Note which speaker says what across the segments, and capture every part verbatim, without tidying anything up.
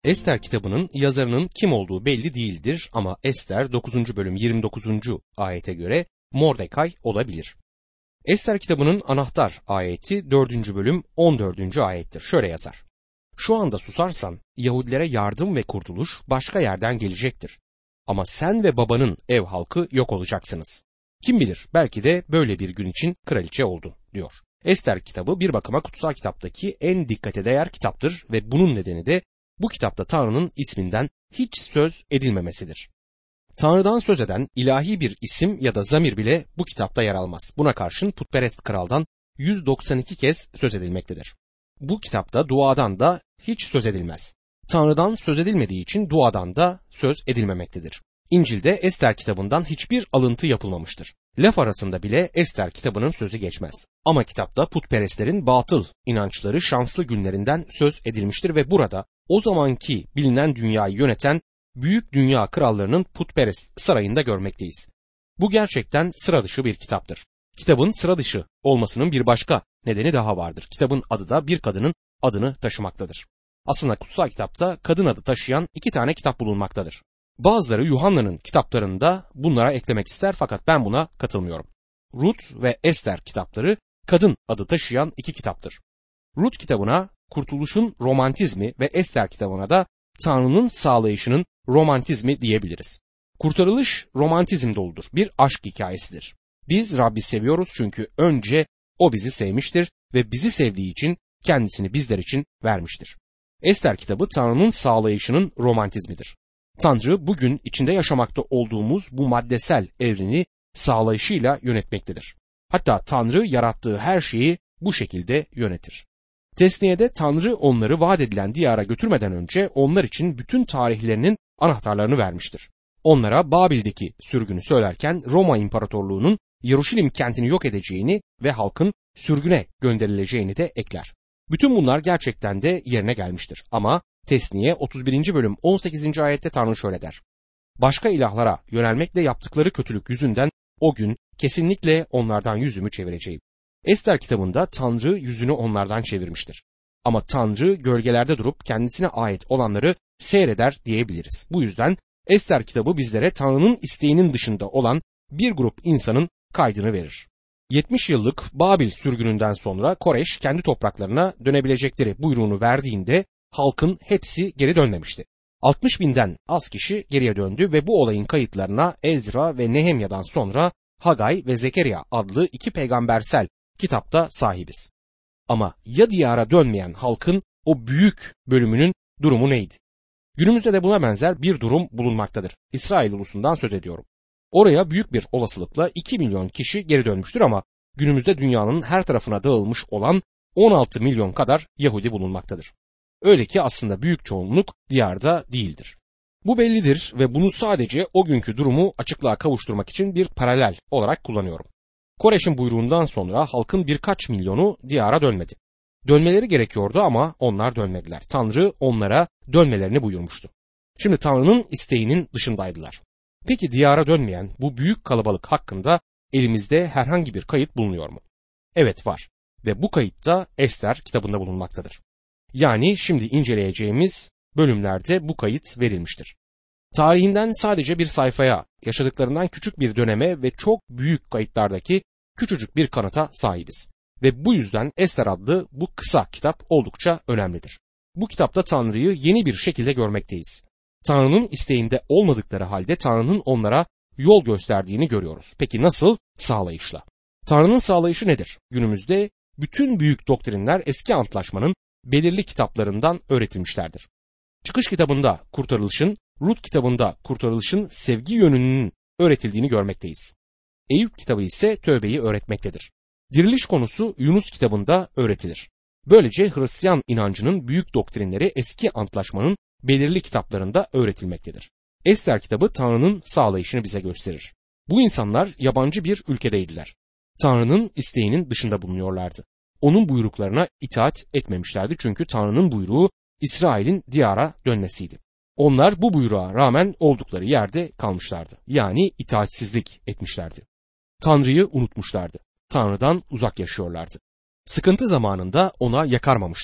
Speaker 1: Ester kitabının yazarının kim olduğu belli değildir ama Ester dokuzuncu bölüm yirmi dokuzuncu ayete göre Mordekay olabilir. Ester kitabının anahtar ayeti dördüncü bölüm on dördüncü ayettir. Şöyle yazar: Şu anda susarsan Yahudilere yardım ve kurtuluş başka yerden gelecektir. Ama sen ve babanın ev halkı yok olacaksınız. Kim bilir, belki de böyle bir gün için kraliçe oldun, diyor. Ester kitabı bir bakıma kutsal kitaptaki en dikkate değer kitaptır ve bunun nedeni de bu kitapta Tanrı'nın isminden hiç söz edilmemesidir. Tanrı'dan söz eden ilahi bir isim ya da zamir bile bu kitapta yer almaz. Buna karşın putperest kraldan yüz doksan iki kez söz edilmektedir. Bu kitapta duadan da hiç söz edilmez. Tanrı'dan söz edilmediği için duadan da söz edilmemektedir. İncil'de Ester kitabından hiçbir alıntı yapılmamıştır. Laf arasında bile Ester kitabının sözü geçmez. Ama kitapta putperestlerin batıl inançları şanslı günlerinden söz edilmiştir ve burada o zamanki bilinen dünyayı yöneten büyük dünya krallarının putperest sarayında görmekteyiz. Bu gerçekten sıra dışı bir kitaptır. Kitabın sıra dışı olmasının bir başka nedeni daha vardır. Kitabın adı da bir kadının adını taşımaktadır. Aslında kutsal kitapta kadın adı taşıyan iki tane kitap bulunmaktadır. Bazıları Yuhanna'nın kitaplarında bunlara eklemek ister fakat ben buna katılmıyorum. Rut ve Ester kitapları kadın adı taşıyan iki kitaptır. Rut kitabına kurtuluşun romantizmi ve Ester kitabına da Tanrı'nın sağlayışının romantizmi diyebiliriz. Kurtarılış romantizm doludur. Bir aşk hikayesidir. Biz Rabbi seviyoruz çünkü önce O bizi sevmiştir ve bizi sevdiği için kendisini bizler için vermiştir. Ester kitabı Tanrı'nın sağlayışının romantizmidir. Tanrı bugün içinde yaşamakta olduğumuz bu maddesel evreni sağlayışıyla yönetmektedir. Hatta Tanrı yarattığı her şeyi bu şekilde yönetir. Tesniye'de Tanrı onları vaat edilen diyara götürmeden önce onlar için bütün tarihlerinin anahtarlarını vermiştir. Onlara Babil'deki sürgünü söylerken Roma İmparatorluğu'nun Yeruşalim kentini yok edeceğini ve halkın sürgüne gönderileceğini de ekler. Bütün bunlar gerçekten de yerine gelmiştir. Ama Tesniye otuz birinci bölüm on sekizinci ayette Tanrı şöyle der: Başka ilahlara yönelmekle yaptıkları kötülük yüzünden o gün kesinlikle onlardan yüzümü çevireceğim. Ester kitabında Tanrı yüzünü onlardan çevirmiştir. Ama Tanrı gölgelerde durup kendisine ait olanları seyreder diyebiliriz. Bu yüzden Ester kitabı bizlere Tanrı'nın isteğinin dışında olan bir grup insanın kaydını verir. yetmiş yıllık Babil sürgününden sonra Koreş kendi topraklarına dönebilecekleri buyruğunu verdiğinde halkın hepsi geri dönmemişti. altmış binden az kişi geriye döndü ve bu olayın kayıtlarına Ezra ve Nehemya'dan sonra Hagay ve Zekeriya adlı iki peygambersel kitapta sahibiz. Ama ya diyara dönmeyen halkın o büyük bölümünün durumu neydi? Günümüzde de buna benzer bir durum bulunmaktadır. İsrail ulusundan söz ediyorum. Oraya büyük bir olasılıkla iki milyon kişi geri dönmüştür ama günümüzde dünyanın her tarafına dağılmış olan on altı milyon kadar Yahudi bulunmaktadır. Öyle ki aslında büyük çoğunluk diyarda değildir. Bu bellidir ve bunu sadece o günkü durumu açıklığa kavuşturmak için bir paralel olarak kullanıyorum. Koreş'in buyruğundan sonra halkın birkaç milyonu diyara dönmedi. Dönmeleri gerekiyordu ama onlar dönmediler. Tanrı onlara dönmelerini buyurmuştu. Şimdi Tanrı'nın isteğinin dışındaydılar. Peki diyara dönmeyen bu büyük kalabalık hakkında elimizde herhangi bir kayıt bulunuyor mu? Evet, var ve bu kayıtta Ester kitabında bulunmaktadır. Yani şimdi inceleyeceğimiz bölümlerde bu kayıt verilmiştir. Tarihinden sadece bir sayfaya, yaşadıklarından küçük bir döneme ve çok büyük kayıtlardaki küçücük bir kanıta sahibiz. Ve bu yüzden Ester adlı bu kısa kitap oldukça önemlidir. Bu kitapta Tanrı'yı yeni bir şekilde görmekteyiz. Tanrı'nın isteğinde olmadıkları halde Tanrı'nın onlara yol gösterdiğini görüyoruz. Peki nasıl? Sağlayışla. Tanrı'nın sağlayışı nedir? Günümüzde bütün büyük doktrinler eski antlaşmanın belirli kitaplarından öğretilmişlerdir. Çıkış kitabında kurtarılışın, Rut kitabında kurtarılışın sevgi yönünün öğretildiğini görmekteyiz. Eyüp kitabı ise tövbeyi öğretmektedir. Diriliş konusu Yunus kitabında öğretilir. Böylece Hristiyan inancının büyük doktrinleri eski antlaşmanın belirli kitaplarında öğretilmektedir. Ester kitabı Tanrı'nın sağlayışını bize gösterir. Bu insanlar yabancı bir ülkedeydiler. Tanrı'nın isteğinin dışında bulunuyorlardı. Onun buyruklarına itaat etmemişlerdi çünkü Tanrı'nın buyruğu İsrail'in diyara dönmesiydi. Onlar bu buyruğa rağmen oldukları yerde kalmışlardı. Yani itaatsizlik etmişlerdi. Tanrı'yı unutmuşlardı. Tanrı'dan uzak yaşıyorlardı. Sıkıntı zamanında ona yakarmamışlardı.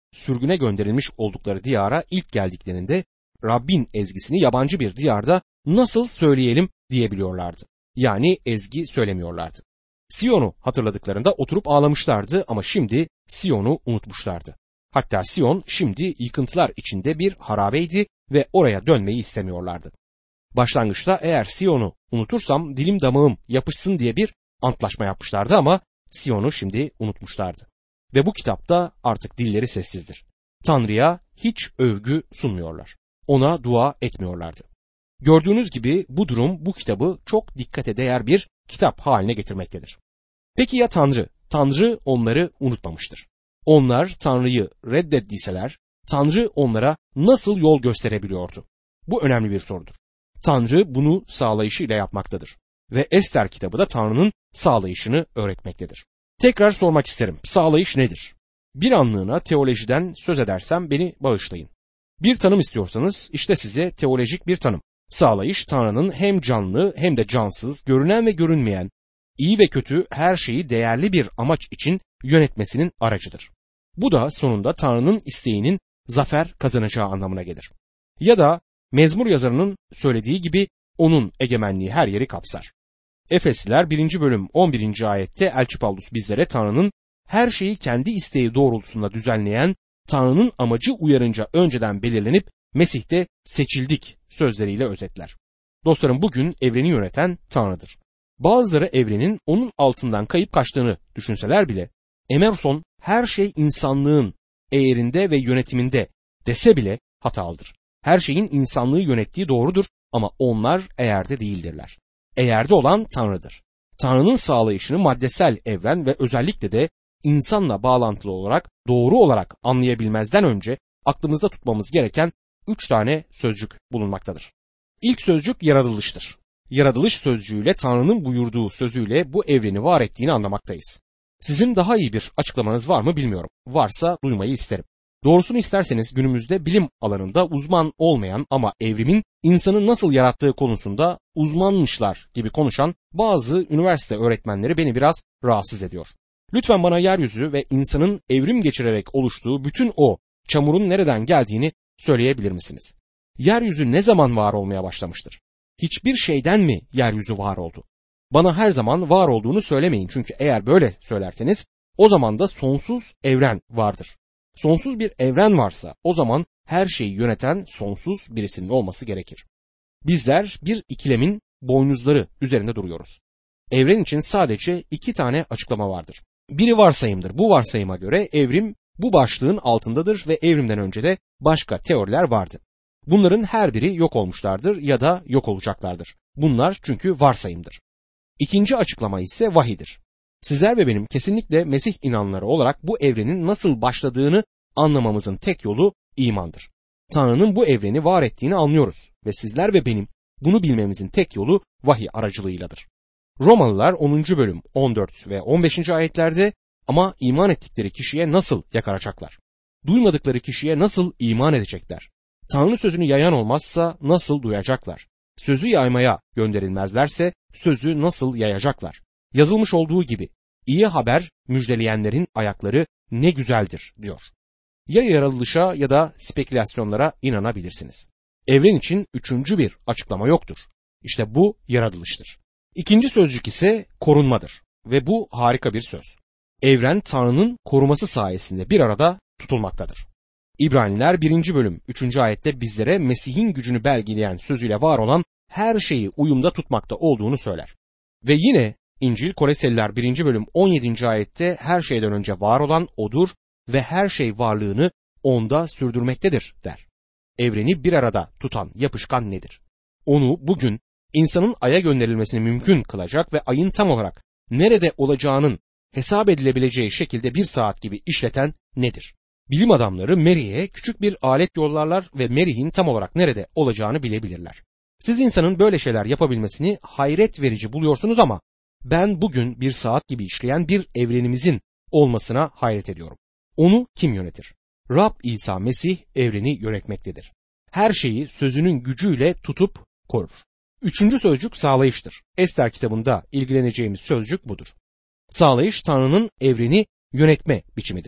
Speaker 1: sürgüne gönderilmiş oldukları diyara ilk geldiklerinde Rabbin ezgisini yabancı bir diyarda nasıl söyleyelim diyebiliyorlardı. Yani ezgi söylemiyorlardı. Siyon'u hatırladıklarında oturup ağlamışlardı ama şimdi Siyon'u unutmuşlardı. Hatta Siyon şimdi yıkıntılar içinde bir harabeydi ve oraya dönmeyi istemiyorlardı. Başlangıçta eğer Siyon'u unutursam dilim damağım yapışsın diye bir antlaşma yapmışlardı ama Siyon'u şimdi unutmuşlardı. Ve bu kitapta artık dilleri sessizdir. Tanrı'ya hiç övgü sunmuyorlar. Ona dua etmiyorlardı. Gördüğünüz gibi bu durum bu kitabı çok dikkate değer bir kitap haline getirmektedir. Peki ya Tanrı? Tanrı onları unutmamıştır. Onlar Tanrı'yı reddettiyseler, Tanrı onlara nasıl yol gösterebiliyordu? Bu önemli bir sorudur. Tanrı bunu sağlayışıyla yapmaktadır. Ve Ester kitabı da Tanrı'nın sağlayışını öğretmektedir. Tekrar sormak isterim. Sağlayış nedir? Bir anlığına teolojiden söz edersem beni bağışlayın. Bir tanım istiyorsanız işte size teolojik bir tanım. Sağlayış Tanrı'nın hem canlı hem de cansız, görünen ve görünmeyen, iyi ve kötü her şeyi değerli bir amaç için yönetmesinin aracıdır. Bu da sonunda Tanrı'nın isteğinin zafer kazanacağı anlamına gelir. Ya da Mezmur yazarının söylediği gibi onun egemenliği her yeri kapsar. Efesliler birinci bölüm on birinci ayette Elçi Pavlus bizlere Tanrı'nın her şeyi kendi isteği doğrultusunda düzenleyen, Tanrı'nın amacı uyarınca önceden belirlenip Mesih'te seçildik sözleriyle özetler. Dostlarım, bugün evreni yöneten Tanrı'dır. Bazıları evrenin onun altından kayıp kaçtığını düşünseler bile, Emerson her şey insanlığın eğerinde ve yönetiminde dese bile hatalıdır. Her şeyin insanlığı yönettiği doğrudur ama onlar eğerde değildirler. Eğerde olan Tanrı'dır. Tanrı'nın sağlayışını maddesel evren ve özellikle de insanla bağlantılı olarak doğru olarak anlayabilmezden önce aklımızda tutmamız gereken üç tane sözcük bulunmaktadır. İlk sözcük yaratılıştır. Yaratılış sözcüğüyle Tanrı'nın buyurduğu sözüyle bu evreni var ettiğini anlamaktayız. Sizin daha iyi bir açıklamanız var mı bilmiyorum. Varsa duymayı isterim. Doğrusunu isterseniz günümüzde bilim alanında uzman olmayan ama evrimin insanı nasıl yarattığı konusunda uzmanmışlar gibi konuşan bazı üniversite öğretmenleri beni biraz rahatsız ediyor. Lütfen bana yeryüzü ve insanın evrim geçirerek oluştuğu bütün o çamurun nereden geldiğini söyleyebilir misiniz? Yeryüzü ne zaman var olmaya başlamıştır? Hiçbir şeyden mi yeryüzü var oldu? Bana her zaman var olduğunu söylemeyin, çünkü eğer böyle söylerseniz o zaman da sonsuz evren vardır. Sonsuz bir evren varsa o zaman her şeyi yöneten sonsuz birisinin olması gerekir. Bizler bir ikilemin boynuzları üzerinde duruyoruz. Evren için sadece iki tane açıklama vardır. Biri varsayımdır. Bu varsayıma göre evrim bu başlığın altındadır ve evrimden önce de başka teoriler vardı. Bunların her biri yok olmuşlardır ya da yok olacaklardır. Bunlar çünkü varsayımdır. İkinci açıklama ise vahidir. Sizler ve benim kesinlikle Mesih inanları olarak bu evrenin nasıl başladığını anlamamızın tek yolu imandır. Tanrı'nın bu evreni var ettiğini anlıyoruz ve sizler ve benim bunu bilmemizin tek yolu vahiy aracılığıyladır. Romalılar onuncu bölüm on dört ve on beşinci ayetlerde ama iman ettikleri kişiye nasıl yakaracaklar? Duymadıkları kişiye nasıl iman edecekler? Tanrı sözünü yayan olmazsa nasıl duyacaklar? Sözü yaymaya gönderilmezlerse sözü nasıl yayacaklar? Yazılmış olduğu gibi iyi haber müjdeleyenlerin ayakları ne güzeldir diyor. Ya yaratılışa ya da spekülasyonlara inanabilirsiniz. Evren için üçüncü bir açıklama yoktur. İşte bu yaratılıştır. İkinci sözcük ise korunmadır ve bu harika bir söz. Evren Tanrı'nın koruması sayesinde bir arada tutulmaktadır. İbraniler birinci bölüm üçüncü ayette bizlere Mesih'in gücünü belgeleyen sözüyle var olan her şeyi uyumda tutmakta olduğunu söyler. Ve yine İncil Koloseliler birinci bölüm on yedinci ayette her şeyden önce var olan O'dur ve her şey varlığını O'nda sürdürmektedir der. Evreni bir arada tutan yapışkan nedir? Onu bugün insanın Ay'a gönderilmesini mümkün kılacak ve Ay'ın tam olarak nerede olacağının hesap edilebileceği şekilde bir saat gibi işleten nedir? Bilim adamları Merih'e küçük bir alet yollarlar ve Merih'in tam olarak nerede olacağını bilebilirler. Siz insanın böyle şeyler yapabilmesini hayret verici buluyorsunuz ama ben bugün bir saat gibi işleyen bir evrenimizin olmasına hayret ediyorum. Onu kim yönetir? Rab İsa Mesih evreni yönetmektedir. Her şeyi sözünün gücüyle tutup korur. Üçüncü sözcük sağlayıştır. Ester kitabında ilgileneceğimiz sözcük budur. Sağlayış Tanrı'nın evreni yönetme biçimidir.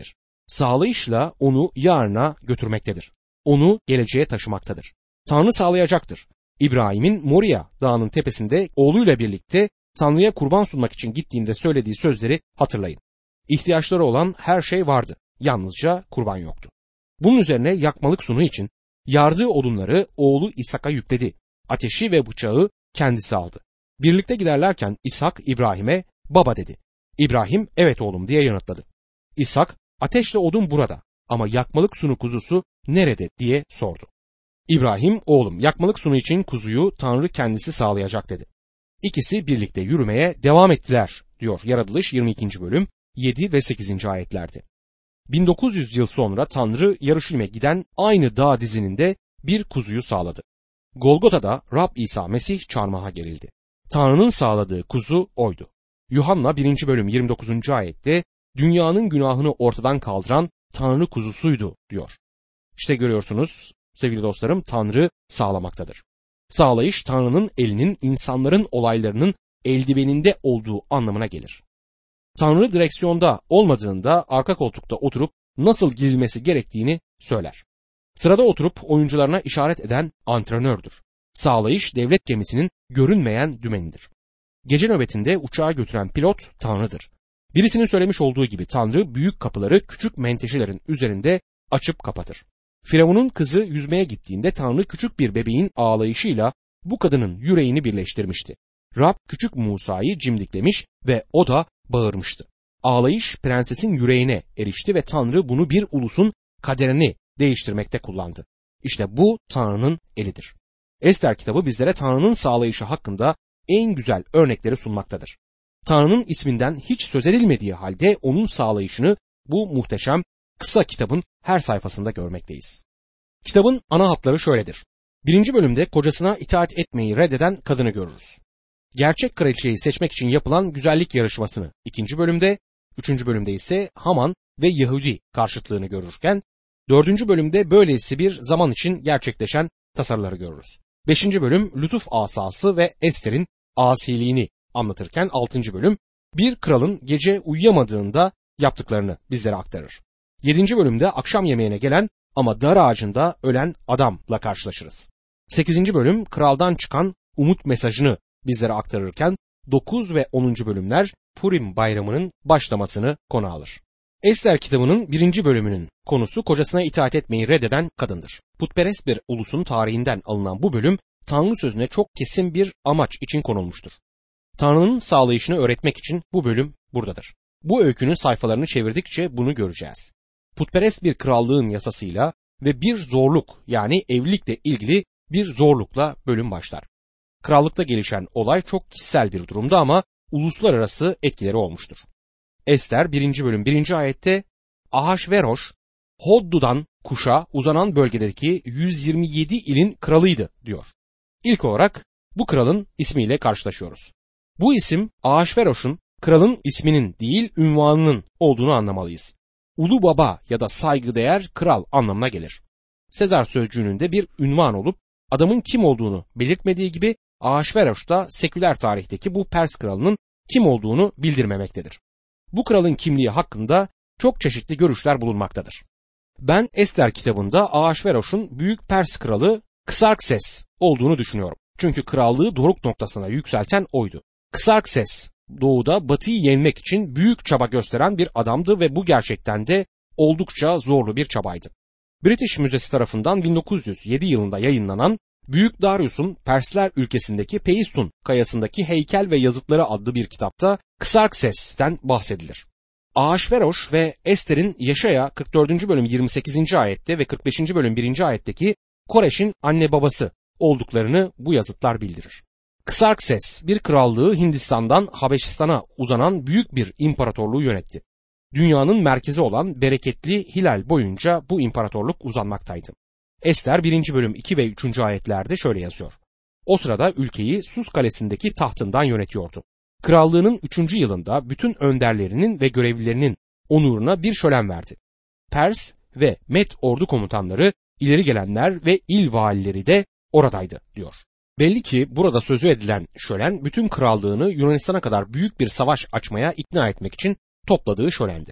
Speaker 1: Sağlayışla onu yarına götürmektedir. Onu geleceğe taşımaktadır. Tanrı sağlayacaktır. İbrahim'in Moria dağının tepesinde oğluyla birlikte Tanrı'ya kurban sunmak için gittiğinde söylediği sözleri hatırlayın. İhtiyaçları olan her şey vardı. Yalnızca kurban yoktu. Bunun üzerine yakmalık sunu için yardığı odunları oğlu İshak'a yükledi. Ateşi ve bıçağı kendisi aldı. Birlikte giderlerken İshak İbrahim'e baba dedi. İbrahim evet oğlum diye yanıtladı. İshak ateşle odun burada ama yakmalık sunu kuzusu nerede diye sordu. İbrahim oğlum yakmalık sunu için kuzuyu Tanrı kendisi sağlayacak dedi. İkisi birlikte yürümeye devam ettiler diyor Yaratılış yirmi ikinci bölüm yedi ve sekizinci ayetlerde. bin dokuz yüz yıl sonra Tanrı Yarışilim'e giden aynı dağ dizininde bir kuzuyu sağladı. Golgota'da Rab İsa Mesih çarmıha gerildi. Tanrı'nın sağladığı kuzu oydu. Yuhanna birinci bölüm yirmi dokuzuncu ayette dünyanın günahını ortadan kaldıran Tanrı kuzusuydu diyor. İşte görüyorsunuz sevgili dostlarım, Tanrı sağlamaktadır. Sağlayış Tanrı'nın elinin insanların olaylarının eldiveninde olduğu anlamına gelir. Tanrı direksiyonda olmadığında arka koltukta oturup nasıl girilmesi gerektiğini söyler. Sırada oturup oyuncularına işaret eden antrenördür. Sağlayış devlet gemisinin görünmeyen dümenidir. Gece nöbetinde uçağı götüren pilot Tanrı'dır. Birisinin söylemiş olduğu gibi Tanrı büyük kapıları küçük menteşelerin üzerinde açıp kapatır. Firavun'un kızı yüzmeye gittiğinde Tanrı küçük bir bebeğin ağlayışıyla bu kadının yüreğini birleştirmişti. Rab küçük Musa'yı cimdiklemiş ve o da bağırmıştı. Ağlayış prensesin yüreğine erişti ve Tanrı bunu bir ulusun kaderini değiştirmekte kullandı. İşte bu Tanrı'nın elidir. Ester kitabı bizlere Tanrı'nın sağlayışı hakkında en güzel örnekleri sunmaktadır. Tanrı'nın isminden hiç söz edilmediği halde onun sağlayışını bu muhteşem kısa kitabın her sayfasında görmekteyiz. Kitabın ana hatları şöyledir. Birinci bölümde kocasına itaat etmeyi reddeden kadını görürüz. Gerçek kraliçeyi seçmek için yapılan güzellik yarışmasını ikinci bölümde, üçüncü bölümde ise Haman ve Yahudi karşıtlığını görürken, dördüncü bölümde böylesi bir zaman için gerçekleşen tasarıları görürüz. Beşinci bölüm lütuf asası ve Ester'in asiliğini anlatırken altıncı bölüm bir kralın gece uyuyamadığında yaptıklarını bizlere aktarır. Yedinci bölümde akşam yemeğine gelen ama dar ağacında ölen adamla karşılaşırız. Sekizinci bölüm kraldan çıkan umut mesajını bizlere aktarırken dokuz ve onuncu bölümler Purim bayramının başlamasını konu alır. Ester kitabının birinci bölümünün konusu kocasına itaat etmeyi reddeden kadındır. Putperest bir ulusun tarihinden alınan bu bölüm Tanrı sözüne çok kesin bir amaç için konulmuştur. Tanrı'nın sağlayışını öğretmek için bu bölüm buradadır. Bu öykünün sayfalarını çevirdikçe bunu göreceğiz. Putperest bir krallığın yasasıyla ve bir zorluk yani evlilikle ilgili bir zorlukla bölüm başlar. Krallıkta gelişen olay çok kişisel bir durumda ama uluslararası etkileri olmuştur. Ester birinci bölüm birinci ayette Ahasveroş, Hoddu'dan Kuş'a uzanan bölgedeki yüz yirmi yedi ilin kralıydı diyor. İlk olarak bu kralın ismiyle karşılaşıyoruz. Bu isim Ahasveroş'un kralın isminin değil ünvanının olduğunu anlamalıyız. Ulu baba ya da saygıdeğer kral anlamına gelir. Sezar sözcüğünün de bir ünvan olup adamın kim olduğunu belirtmediği gibi Ahasveroş da seküler tarihteki bu Pers kralının kim olduğunu bildirmemektedir. Bu kralın kimliği hakkında çok çeşitli görüşler bulunmaktadır. Ben Ester kitabında Ahasveroş'un büyük Pers kralı Kısarkses olduğunu düşünüyorum. Çünkü krallığı doruk noktasına yükselten oydu. Kısarkses doğuda batıyı yenmek için büyük çaba gösteren bir adamdı ve bu gerçekten de oldukça zorlu bir çabaydı. British Müzesi tarafından bin dokuz yüz yedi yılında yayınlanan Büyük Darius'un Persler ülkesindeki Peistun kayasındaki heykel ve yazıtları adlı bir kitapta Kısarkses'ten bahsedilir. Ahasveroş ve Ester'in Yaşaya kırk dördüncü bölüm yirmi sekizinci ayette ve kırk beşinci bölüm birinci ayetteki Koreş'in anne babası olduklarını bu yazıtlar bildirir. Kısarkses bir krallığı Hindistan'dan Habeşistan'a uzanan büyük bir imparatorluğu yönetti. Dünyanın merkezi olan bereketli Hilal boyunca bu imparatorluk uzanmaktaydı. Ester birinci bölüm iki ve üçüncü ayetlerde şöyle yazıyor. O sırada ülkeyi Sus kalesindeki tahtından yönetiyordu. Krallığının üçüncü yılında bütün önderlerinin ve görevlilerinin onuruna bir şölen verdi. Pers ve Med ordu komutanları, ileri gelenler ve il valileri de oradaydı diyor. Belli ki burada sözü edilen şölen bütün krallığını Yunanistan'a kadar büyük bir savaş açmaya ikna etmek için topladığı şölendi.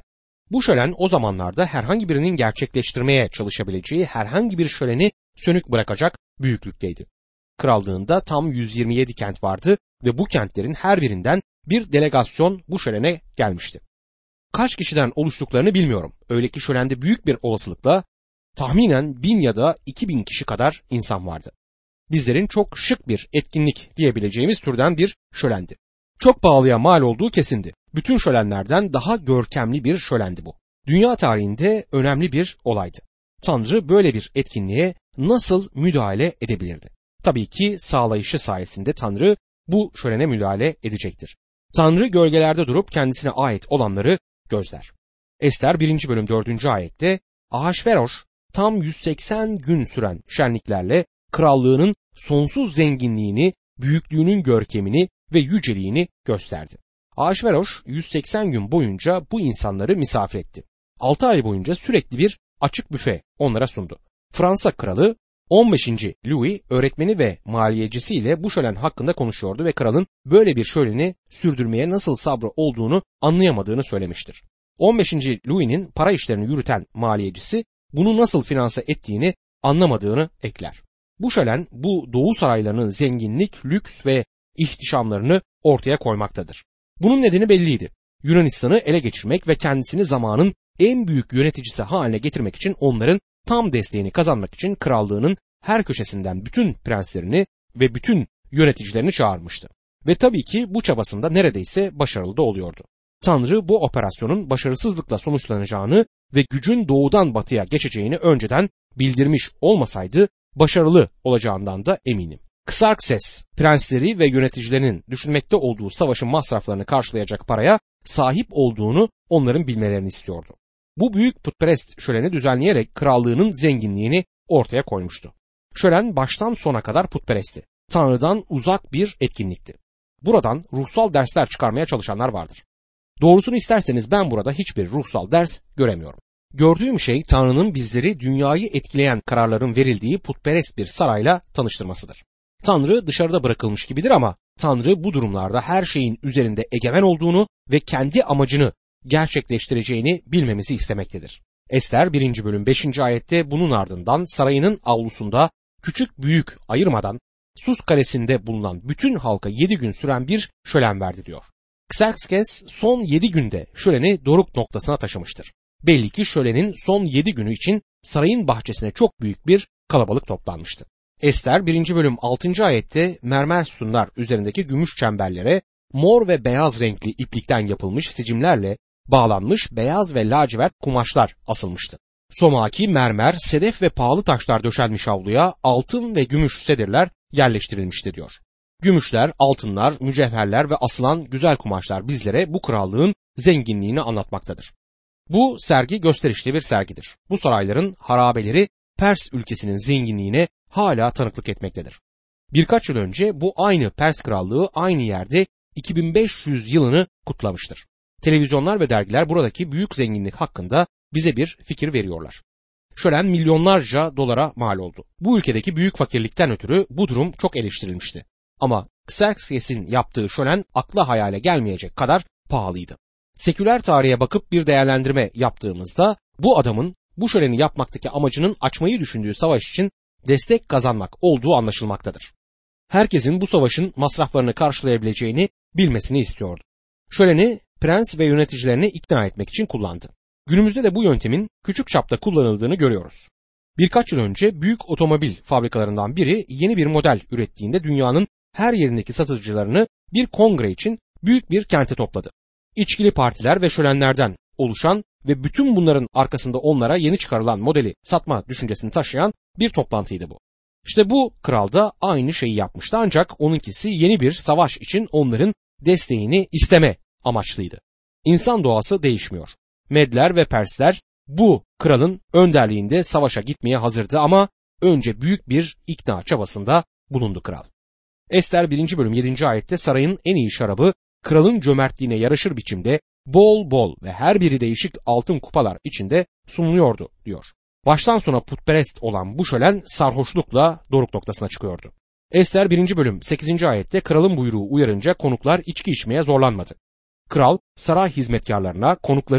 Speaker 1: Bu şölen o zamanlarda herhangi birinin gerçekleştirmeye çalışabileceği herhangi bir şöleni sönük bırakacak büyüklükteydi. Krallığında tam yüz yirmi yedi kent vardı ve bu kentlerin her birinden bir delegasyon bu şölene gelmişti. Kaç kişiden oluştuklarını bilmiyorum. Öyle ki şölende büyük bir olasılıkla tahminen bin ya da iki bin kişi kadar insan vardı. Bizlerin çok şık bir etkinlik diyebileceğimiz türden bir şölendi. Çok pahalıya mal olduğu kesindi. Bütün şölenlerden daha görkemli bir şölendi bu. Dünya tarihinde önemli bir olaydı. Tanrı böyle bir etkinliğe nasıl müdahale edebilirdi? Tabii ki sağlayışı sayesinde Tanrı bu şölene müdahale edecektir. Tanrı gölgelerde durup kendisine ait olanları gözler. Ester birinci bölüm dördüncü ayette Ahasveroş tam yüz seksen gün süren şenliklerle krallığının sonsuz zenginliğini, büyüklüğünün görkemini ve yüceliğini gösterdi. Ahasveroş yüz seksen gün boyunca bu insanları misafir etti. altı ay boyunca sürekli bir açık büfe onlara sundu. Fransa kralı on beşinci Louis öğretmeni ve maliyecisiyle bu şölen hakkında konuşuyordu ve kralın böyle bir şöleni sürdürmeye nasıl sabrı olduğunu anlayamadığını söylemiştir. on beşinci Louis'nin para işlerini yürüten maliyecisi bunu nasıl finanse ettiğini anlamadığını ekler. Bu şölen bu doğu saraylarının zenginlik, lüks ve ihtişamlarını ortaya koymaktadır. Bunun nedeni belliydi. Yunanistan'ı ele geçirmek ve kendisini zamanın en büyük yöneticisi haline getirmek için onların tam desteğini kazanmak için krallığının her köşesinden bütün prenslerini ve bütün yöneticilerini çağırmıştı. Ve tabii ki bu çabasında neredeyse başarılı da oluyordu. Tanrı bu operasyonun başarısızlıkla sonuçlanacağını ve gücün doğudan batıya geçeceğini önceden bildirmiş olmasaydı başarılı olacağından da eminim. Kısarkses, prensleri ve yöneticilerinin düşünmekte olduğu savaşın masraflarını karşılayacak paraya sahip olduğunu onların bilmelerini istiyordu. Bu büyük putperest şöleni düzenleyerek krallığının zenginliğini ortaya koymuştu. Şölen baştan sona kadar putperestti. Tanrı'dan uzak bir etkinlikti. Buradan ruhsal dersler çıkarmaya çalışanlar vardır. Doğrusunu isterseniz ben burada hiçbir ruhsal ders göremiyorum. Gördüğüm şey Tanrı'nın bizleri dünyayı etkileyen kararların verildiği putperest bir sarayla tanıştırmasıdır. Tanrı dışarıda bırakılmış gibidir ama Tanrı bu durumlarda her şeyin üzerinde egemen olduğunu ve kendi amacını gerçekleştireceğini bilmemizi istemektedir. Ester birinci bölüm beşinci ayette bunun ardından sarayının avlusunda küçük büyük ayırmadan Sus kalesinde bulunan bütün halka yedi gün süren bir şölen verdi diyor. Kserkes son yedi günde şöleni doruk noktasına taşımıştır. Belli ki şölenin son yedi günü için sarayın bahçesine çok büyük bir kalabalık toplanmıştı. Ester birinci bölüm altıncı ayette mermer sütunlar üzerindeki gümüş çemberlere mor ve beyaz renkli iplikten yapılmış sicimlerle bağlanmış beyaz ve lacivert kumaşlar asılmıştı. Somaki, mermer, sedef ve pahalı taşlar döşenmiş avluya altın ve gümüş sedirler yerleştirilmişti diyor. Gümüşler, altınlar, mücevherler ve asılan güzel kumaşlar bizlere bu krallığın zenginliğini anlatmaktadır. Bu sergi gösterişli bir sergidir. Bu sarayların harabeleri Pers ülkesinin zenginliğine hala tanıklık etmektedir. Birkaç yıl önce bu aynı Pers krallığı aynı yerde iki bin beş yüz yılını kutlamıştır. Televizyonlar ve dergiler buradaki büyük zenginlik hakkında bize bir fikir veriyorlar. Şölen milyonlarca dolara mal oldu. Bu ülkedeki büyük fakirlikten ötürü bu durum çok eleştirilmişti. Ama Kserkes'in yaptığı şölen akla hayale gelmeyecek kadar pahalıydı. Seküler tarihe bakıp bir değerlendirme yaptığımızda bu adamın bu şöleni yapmaktaki amacının açmayı düşündüğü savaş için destek kazanmak olduğu anlaşılmaktadır. Herkesin bu savaşın masraflarını karşılayabileceğini bilmesini istiyordu. Şöleni prens ve yöneticilerini ikna etmek için kullandı. Günümüzde de bu yöntemin küçük çapta kullanıldığını görüyoruz. Birkaç yıl önce büyük otomobil fabrikalarından biri yeni bir model ürettiğinde dünyanın her yerindeki satıcılarını bir kongre için büyük bir kente topladı. İçkili partiler ve şölenlerden oluşan ve bütün bunların arkasında onlara yeni çıkarılan modeli satma düşüncesini taşıyan bir toplantıydı bu. İşte bu kral da aynı şeyi yapmıştı ancak onunkisi yeni bir savaş için onların desteğini isteme amaçlıydı. İnsan doğası değişmiyor. Medler ve Persler bu kralın önderliğinde savaşa gitmeye hazırdı ama önce büyük bir ikna çabasında bulundu kral. Ester birinci bölüm yedinci ayette sarayın en iyi şarabı kralın cömertliğine yaraşır biçimde bol bol ve her biri değişik altın kupalar içinde sunuluyordu diyor. Baştan sona putperest olan bu şölen sarhoşlukla doruk noktasına çıkıyordu. Ester birinci bölüm sekizinci ayette kralın buyruğu uyarınca konuklar içki içmeye zorlanmadı. Kral saray hizmetkarlarına konukların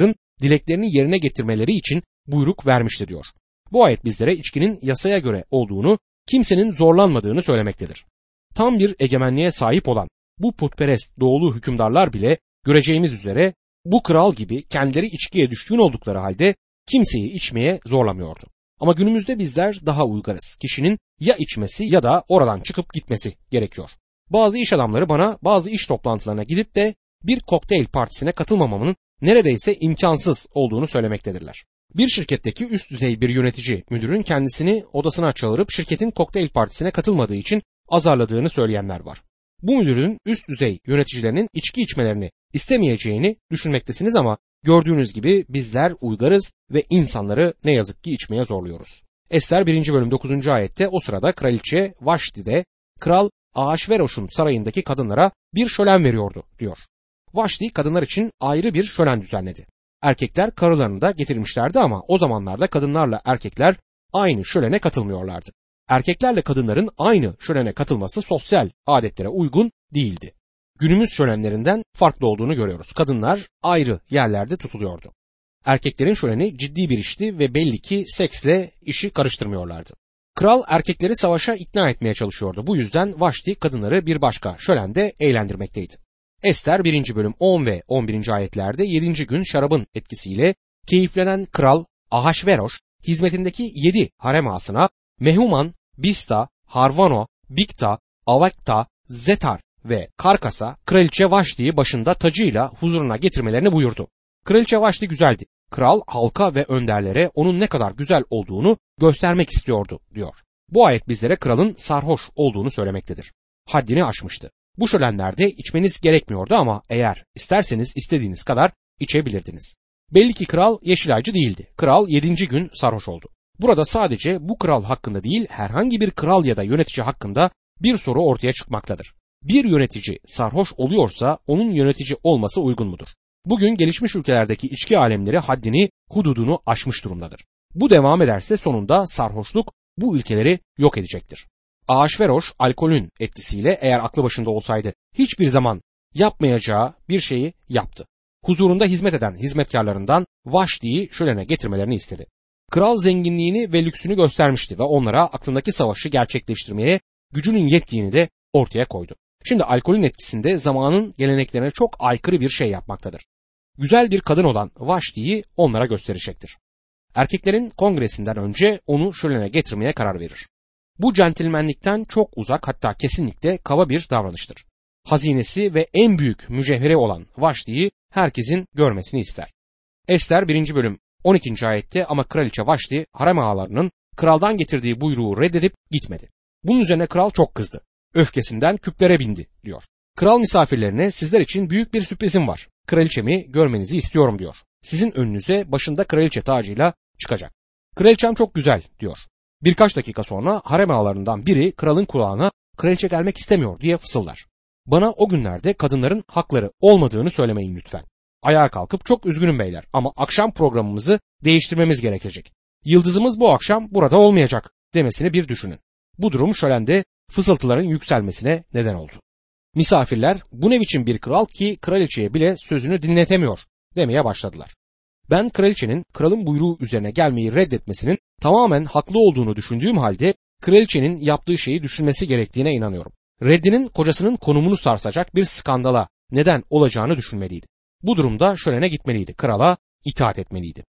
Speaker 1: dileklerini yerine getirmeleri için buyruk vermişti diyor. Bu ayet bizlere içkinin yasaya göre olduğunu, kimsenin zorlanmadığını söylemektedir. Tam bir egemenliğe sahip olan bu putperest doğulu hükümdarlar bile göreceğimiz üzere bu kral gibi kendileri içkiye düşkün oldukları halde kimseyi içmeye zorlamıyordu. Ama günümüzde bizler daha uygarız. Kişinin ya içmesi ya da oradan çıkıp gitmesi gerekiyor. Bazı iş adamları bana bazı iş toplantılarına gidip de bir kokteyl partisine katılmamamın neredeyse imkansız olduğunu söylemektedirler. Bir şirketteki üst düzey bir yönetici müdürün kendisini odasına çağırıp şirketin kokteyl partisine katılmadığı için azarladığını söyleyenler var. Bu müdürün üst düzey yöneticilerinin içki içmelerini istemeyeceğini düşünmektesiniz ama gördüğünüz gibi bizler uygarız ve insanları ne yazık ki içmeye zorluyoruz. Ester birinci bölüm dokuzuncu ayette o sırada kraliçe Vaşti'de kral Ahasveroş'un sarayındaki kadınlara bir şölen veriyordu diyor. Vaşti kadınlar için ayrı bir şölen düzenledi. Erkekler karılarını da getirmişlerdi ama o zamanlarda kadınlarla erkekler aynı şölene katılmıyorlardı. Erkeklerle kadınların aynı şölene katılması sosyal adetlere uygun değildi. Günümüz şölenlerinden farklı olduğunu görüyoruz. Kadınlar ayrı yerlerde tutuluyordu. Erkeklerin şöleni ciddi bir işti ve belli ki seksle işi karıştırmıyorlardı. Kral erkekleri savaşa ikna etmeye çalışıyordu. Bu yüzden Vaşti kadınları bir başka şölende eğlendirmekteydi. Ester birinci bölüm on ve on birinci ayetlerde yedinci gün şarabın etkisiyle keyiflenen kral Ahasveroş hizmetindeki yedi harem ağasına Mehuman, Bista, Harvano, Bikta, Avakta, Zetar ve Karkas'a kraliçe Vaşti'yi başında tacıyla huzuruna getirmelerini buyurdu. Kraliçe Vaşti güzeldi. Kral halka ve önderlere onun ne kadar güzel olduğunu göstermek istiyordu diyor. Bu ayet bizlere kralın sarhoş olduğunu söylemektedir. Haddini aşmıştı. Bu şölenlerde içmeniz gerekmiyordu ama eğer isterseniz istediğiniz kadar içebilirdiniz. Belli ki kral Yeşilaycı değildi. Kral yedinci gün sarhoş oldu. Burada sadece bu kral hakkında değil herhangi bir kral ya da yönetici hakkında bir soru ortaya çıkmaktadır. Bir yönetici sarhoş oluyorsa onun yönetici olması uygun mudur? Bugün gelişmiş ülkelerdeki içki alemleri haddini, hududunu aşmış durumdadır. Bu devam ederse sonunda sarhoşluk bu ülkeleri yok edecektir. Ahasveroş alkolün etkisiyle eğer aklı başında olsaydı hiçbir zaman yapmayacağı bir şeyi yaptı. Huzurunda hizmet eden hizmetkarlarından Vaşti'yi şölene getirmelerini istedi. Kral zenginliğini ve lüksünü göstermişti ve onlara aklındaki savaşı gerçekleştirmeye gücünün yettiğini de ortaya koydu. Şimdi alkolün etkisinde zamanın geleneklerine çok aykırı bir şey yapmaktadır. Güzel bir kadın olan Vaşti'yi onlara gösterecektir. Erkeklerin kongresinden önce onu şölene getirmeye karar verir. Bu centilmenlikten çok uzak hatta kesinlikle kaba bir davranıştır. Hazinesi ve en büyük mücevheri olan Vaşti'yi herkesin görmesini ister. Ester birinci bölüm on ikinci ayette ama kraliçe Vaşti harem ağalarının kraldan getirdiği buyruğu reddedip gitmedi. Bunun üzerine kral çok kızdı. Öfkesinden küplere bindi diyor. Kral misafirlerine sizler için büyük bir sürprizim var. Kraliçemi görmenizi istiyorum diyor. Sizin önünüze başında kraliçe tacıyla çıkacak. Kraliçem çok güzel diyor. Birkaç dakika sonra harem ağalarından biri kralın kulağına kraliçe gelmek istemiyor diye fısıldar. Bana o günlerde kadınların hakları olmadığını söylemeyin lütfen. Ayağa kalkıp çok üzgünüm beyler ama akşam programımızı değiştirmemiz gerekecek. Yıldızımız bu akşam burada olmayacak demesini bir düşünün. Bu durum şölende fısıltıların yükselmesine neden oldu. Misafirler bu ne biçim bir kral ki kraliçeye bile sözünü dinletemiyor demeye başladılar. Ben kraliçenin kralın buyruğu üzerine gelmeyi reddetmesinin tamamen haklı olduğunu düşündüğüm halde kraliçenin yaptığı şeyi düşünmesi gerektiğine inanıyorum. Reddinin kocasının konumunu sarsacak bir skandala neden olacağını düşünmeliydi. Bu durumda şölene gitmeliydi, krala itaat etmeliydi.